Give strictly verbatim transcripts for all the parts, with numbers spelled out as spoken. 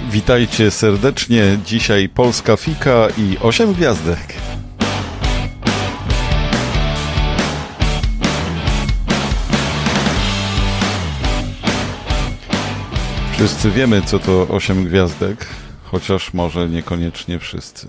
Witajcie serdecznie. Dzisiaj Polska Fika i osiem gwiazdek. Wszyscy wiemy, co to osiem gwiazdek, chociaż może niekoniecznie wszyscy.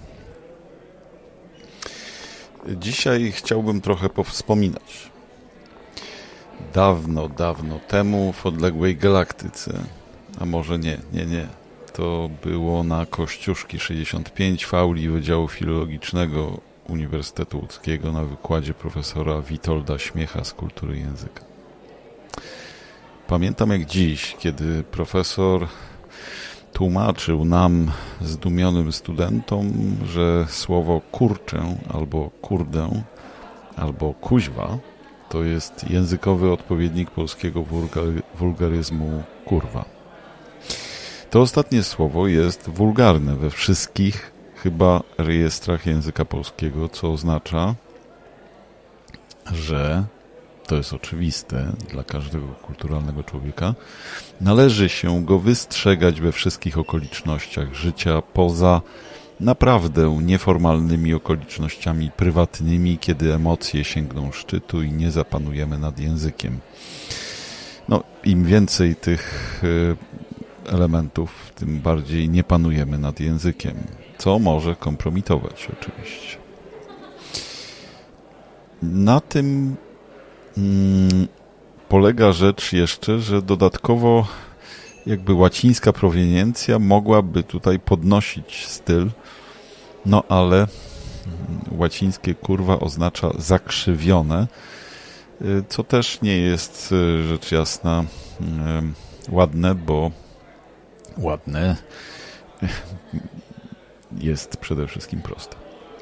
Dzisiaj chciałbym trochę powspominać. Dawno, dawno temu w odległej galaktyce, a może nie, nie, nie, to było na Kościuszki sześćdziesiąt pięć w auli Wydziału Filologicznego Uniwersytetu Łódzkiego na wykładzie profesora Witolda Śmiecha z kultury języka. Pamiętam jak dziś, kiedy profesor tłumaczył nam, zdumionym studentom, że słowo kurczę albo kurdę albo kuźwa to jest językowy odpowiednik polskiego wulgary, wulgaryzmu kurwa. To ostatnie słowo jest wulgarne we wszystkich chyba rejestrach języka polskiego, co oznacza, że to jest oczywiste dla każdego kulturalnego człowieka, należy się go wystrzegać we wszystkich okolicznościach życia poza naprawdę nieformalnymi okolicznościami prywatnymi, kiedy emocje sięgną szczytu i nie zapanujemy nad językiem. No, im więcej tych elementów, tym bardziej nie panujemy nad językiem, co może kompromitować oczywiście. Na tym mm, polega rzecz jeszcze, że dodatkowo jakby łacińska proweniencja mogłaby tutaj podnosić styl, no ale łacińskie kurwa oznacza zakrzywione, co też nie jest rzecz jasna ładne, bo ładne jest przede wszystkim proste.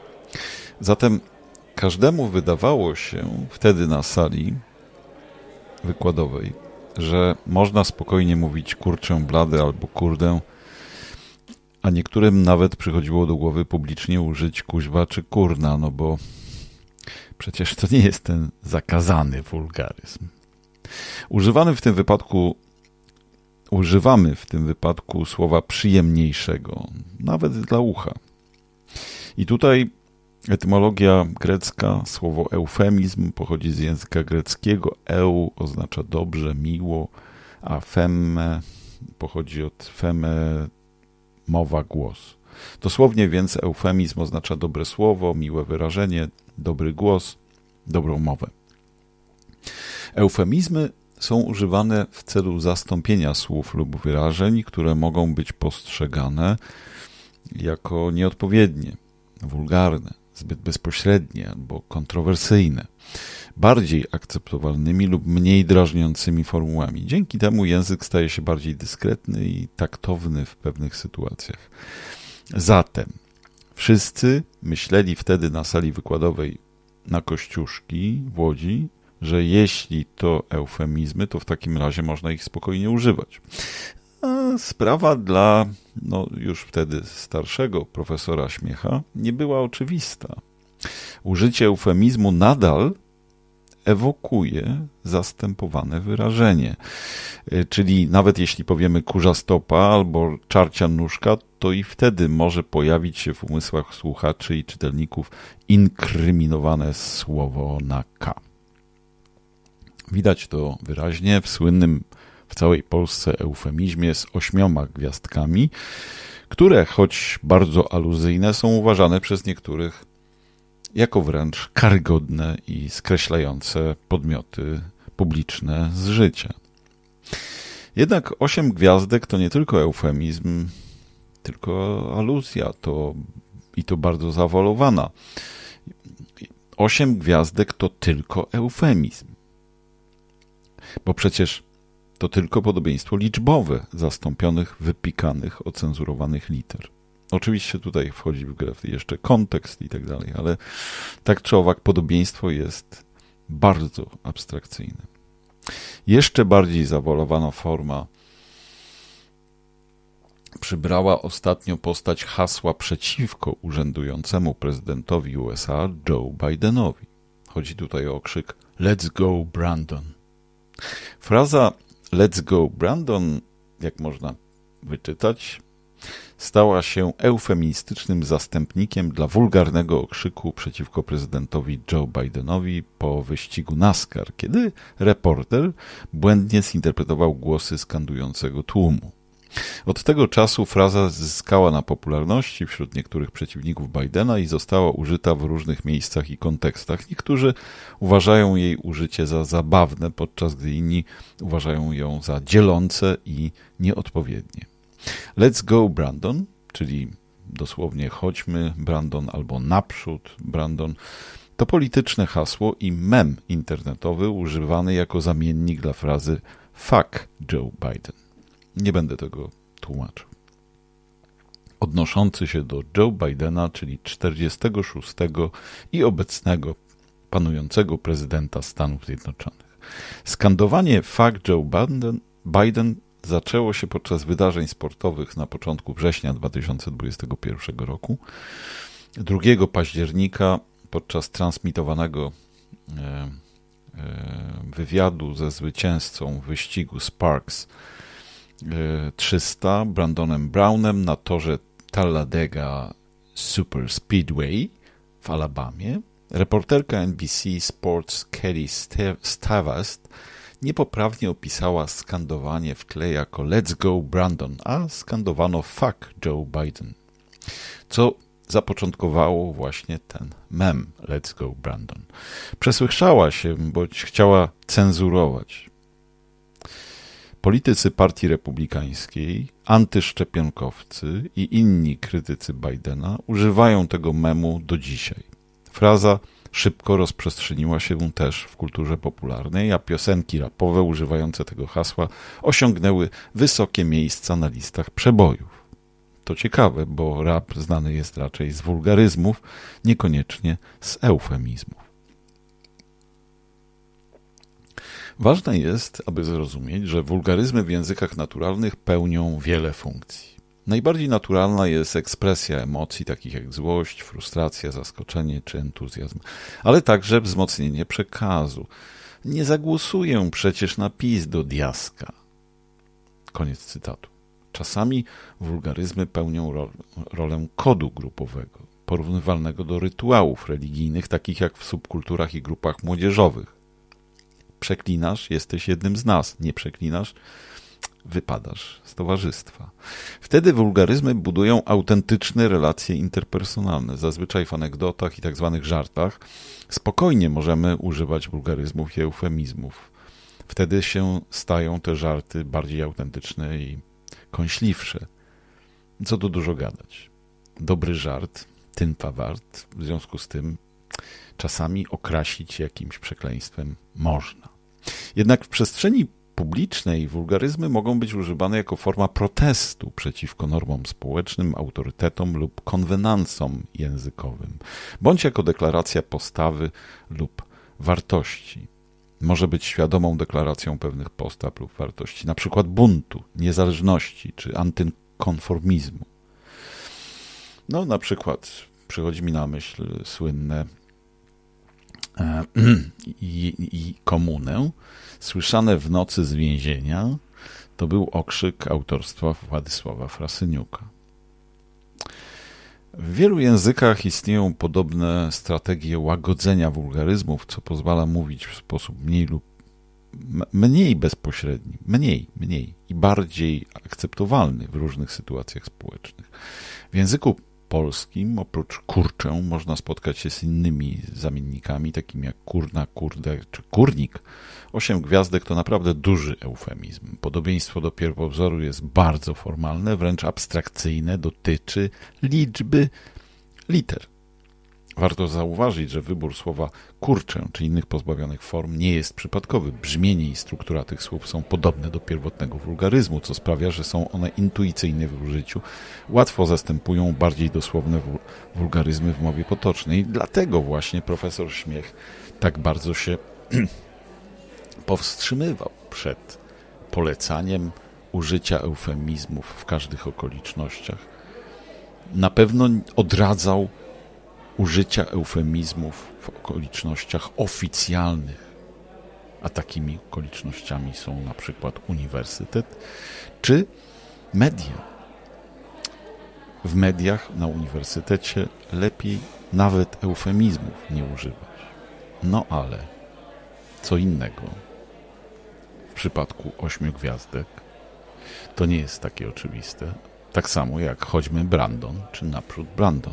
Zatem każdemu wydawało się wtedy na sali wykładowej, że można spokojnie mówić kurczę blady albo kurdę, a niektórym nawet przychodziło do głowy publicznie użyć kuźwa czy kurna, no bo przecież to nie jest ten zakazany wulgaryzm. Używany w tym wypadku, używamy w tym wypadku słowa przyjemniejszego, nawet dla ucha. I tutaj etymologia grecka, słowo eufemizm pochodzi z języka greckiego. Eu oznacza dobrze, miło, a femme pochodzi od feme, mowa, głos. Dosłownie więc eufemizm oznacza dobre słowo, miłe wyrażenie, dobry głos, dobrą mowę. Eufemizmy są używane w celu zastąpienia słów lub wyrażeń, które mogą być postrzegane jako nieodpowiednie, wulgarne, zbyt bezpośrednie albo kontrowersyjne, bardziej akceptowalnymi lub mniej drażniącymi formułami. Dzięki temu język staje się bardziej dyskretny i taktowny w pewnych sytuacjach. Zatem wszyscy myśleli wtedy na sali wykładowej na Kościuszki w Łodzi, że jeśli to eufemizmy, to w takim razie można ich spokojnie używać. A sprawa dla no, już wtedy starszego profesora Śmiecha nie była oczywista. Użycie eufemizmu nadal ewokuje zastępowane wyrażenie. Czyli nawet jeśli powiemy kurza stopa albo czarcia nóżka, to i wtedy może pojawić się w umysłach słuchaczy i czytelników inkryminowane słowo na K. Widać to wyraźnie w słynnym w całej Polsce eufemizmie z ośmioma gwiazdkami, które, choć bardzo aluzyjne, są uważane przez niektórych jako wręcz karygodne i skreślające podmioty publiczne z życia. Jednak osiem gwiazdek to nie tylko eufemizm, tylko aluzja, to i to bardzo zawolowana. Osiem gwiazdek to tylko eufemizm, bo przecież to tylko podobieństwo liczbowe zastąpionych, wypikanych, ocenzurowanych liter. Oczywiście tutaj wchodzi w grę jeszcze kontekst i tak dalej, ale tak czy owak podobieństwo jest bardzo abstrakcyjne. Jeszcze bardziej zawolowana forma przybrała ostatnio postać hasła przeciwko urzędującemu prezydentowi U S A Joe Bidenowi. Chodzi tutaj o okrzyk "Let's go Brandon". Fraza "Let's go Brandon", jak można wyczytać, stała się eufemistycznym zastępnikiem dla wulgarnego okrzyku przeciwko prezydentowi Joe Bidenowi po wyścigu NASCAR, kiedy reporter błędnie zinterpretował głosy skandującego tłumu. Od tego czasu fraza zyskała na popularności wśród niektórych przeciwników Bidena i została użyta w różnych miejscach i kontekstach. Niektórzy uważają jej użycie za zabawne, podczas gdy inni uważają ją za dzielące i nieodpowiednie. Let's go Brandon, czyli dosłownie chodźmy Brandon albo naprzód Brandon, to polityczne hasło i mem internetowy używany jako zamiennik dla frazy fuck Joe Biden. Nie będę tego tłumaczył. Odnoszący się do Joe Bidena, czyli czterdziestego szóstego i obecnego panującego prezydenta Stanów Zjednoczonych. Skandowanie fuck Joe Biden, Biden zaczęło się podczas wydarzeń sportowych na początku września dwa tysiące dwudziestego pierwszego roku. drugiego października podczas transmitowanego e, e, wywiadu ze zwycięzcą wyścigu Sparks trzysta Brandonem Brownem na torze Talladega Super Speedway w Alabamie, reporterka N B C Sports Kelly Stavast niepoprawnie opisała skandowanie w tle jako Let's go Brandon, a skandowano fuck Joe Biden, co zapoczątkowało właśnie ten mem Let's go Brandon. Przesłyszała się, bądź chciała cenzurować. Politycy Partii Republikańskiej, antyszczepionkowcy i inni krytycy Bidena używają tego memu do dzisiaj. Fraza szybko rozprzestrzeniła się też w kulturze popularnej, a piosenki rapowe używające tego hasła osiągnęły wysokie miejsca na listach przebojów. To ciekawe, bo rap znany jest raczej z wulgaryzmów, niekoniecznie z eufemizmów. Ważne jest, aby zrozumieć, że wulgaryzmy w językach naturalnych pełnią wiele funkcji. Najbardziej naturalna jest ekspresja emocji, takich jak złość, frustracja, zaskoczenie czy entuzjazm, ale także wzmocnienie przekazu. Nie zagłosuję przecież na PiS do diaska. Koniec cytatu. Czasami wulgaryzmy pełnią ro- rolę kodu grupowego, porównywalnego do rytuałów religijnych, takich jak w subkulturach i grupach młodzieżowych. Przeklinasz, jesteś jednym z nas. Nie przeklinasz, wypadasz z towarzystwa. Wtedy wulgaryzmy budują autentyczne relacje interpersonalne. Zazwyczaj w anegdotach i tak zwanych żartach spokojnie możemy używać wulgaryzmów i eufemizmów. Wtedy się stają te żarty bardziej autentyczne i kąśliwsze. Co tu dużo gadać. Dobry żart, tynpa wart, w związku z tym czasami okrasić jakimś przekleństwem można. Jednak w przestrzeni publicznej wulgaryzmy mogą być używane jako forma protestu przeciwko normom społecznym, autorytetom lub konwenansom językowym, bądź jako deklaracja postawy lub wartości. Może być świadomą deklaracją pewnych postaw lub wartości, na przykład buntu, niezależności czy antykonformizmu. No, na przykład przychodzi mi na myśl słynne i, i komunę, słyszane w nocy z więzienia, to był okrzyk autorstwa Władysława Frasyniuka. W wielu językach istnieją podobne strategie łagodzenia wulgaryzmów, co pozwala mówić w sposób mniej lub mniej bezpośredni, mniej, mniej i bardziej akceptowalny w różnych sytuacjach społecznych. W języku polskim oprócz kurczę można spotkać się z innymi zamiennikami, takimi jak kurna, kurde czy kurnik. Osiem gwiazdek to naprawdę duży eufemizm. Podobieństwo do pierwowzoru jest bardzo formalne, wręcz abstrakcyjne, dotyczy liczby liter. Warto zauważyć, że wybór słowa kurczę czy innych pozbawionych form nie jest przypadkowy. Brzmienie i struktura tych słów są podobne do pierwotnego wulgaryzmu, co sprawia, że są one intuicyjne w użyciu. Łatwo zastępują bardziej dosłowne wulgaryzmy w mowie potocznej. Dlatego właśnie profesor Śmiech tak bardzo się powstrzymywał przed polecaniem użycia eufemizmów w każdych okolicznościach. Na pewno odradzał użycia eufemizmów w okolicznościach oficjalnych, a takimi okolicznościami są na przykład uniwersytet czy media. w mediach, na uniwersytecie lepiej nawet eufemizmów nie używać. No ale co innego w przypadku ośmiu gwiazdek to nie jest takie oczywiste. Tak samo jak choćmy Brandon, czy naprzód Brandon.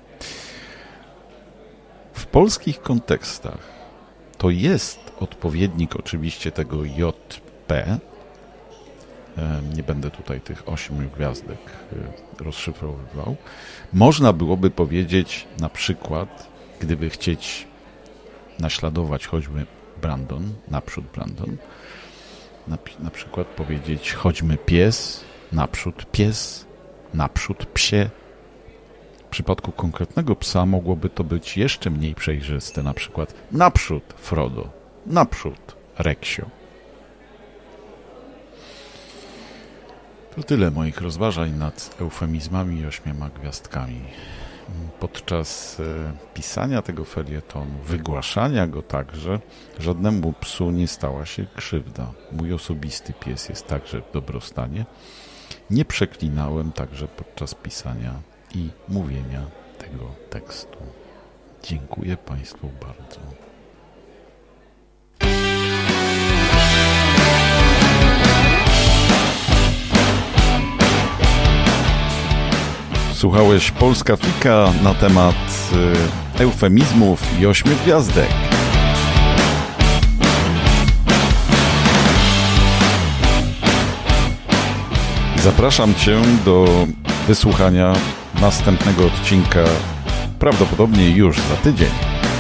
W polskich kontekstach to jest odpowiednik oczywiście tego J P. Nie będę tutaj tych ośmiu gwiazdek rozszyfrowywał. Można byłoby powiedzieć na przykład, gdyby chcieć naśladować choćby Brandon, naprzód Brandon, na, na przykład powiedzieć choćmy pies, naprzód pies, naprzód psie. W przypadku konkretnego psa mogłoby to być jeszcze mniej przejrzyste, na przykład naprzód Frodo, naprzód Reksio. To tyle moich rozważań nad eufemizmami i ośmioma gwiazdkami. Podczas pisania tego felietonu, wygłaszania go także, żadnemu psu nie stała się krzywda. Mój osobisty pies jest także w dobrostanie. Nie przeklinałem także podczas pisania i mówienia tego tekstu. Dziękuję Państwu bardzo. Słuchałeś Polska Fika na temat y, eufemizmów i ośmiu gwiazdek. Zapraszam Cię do wysłuchania następnego odcinka, prawdopodobnie już za tydzień.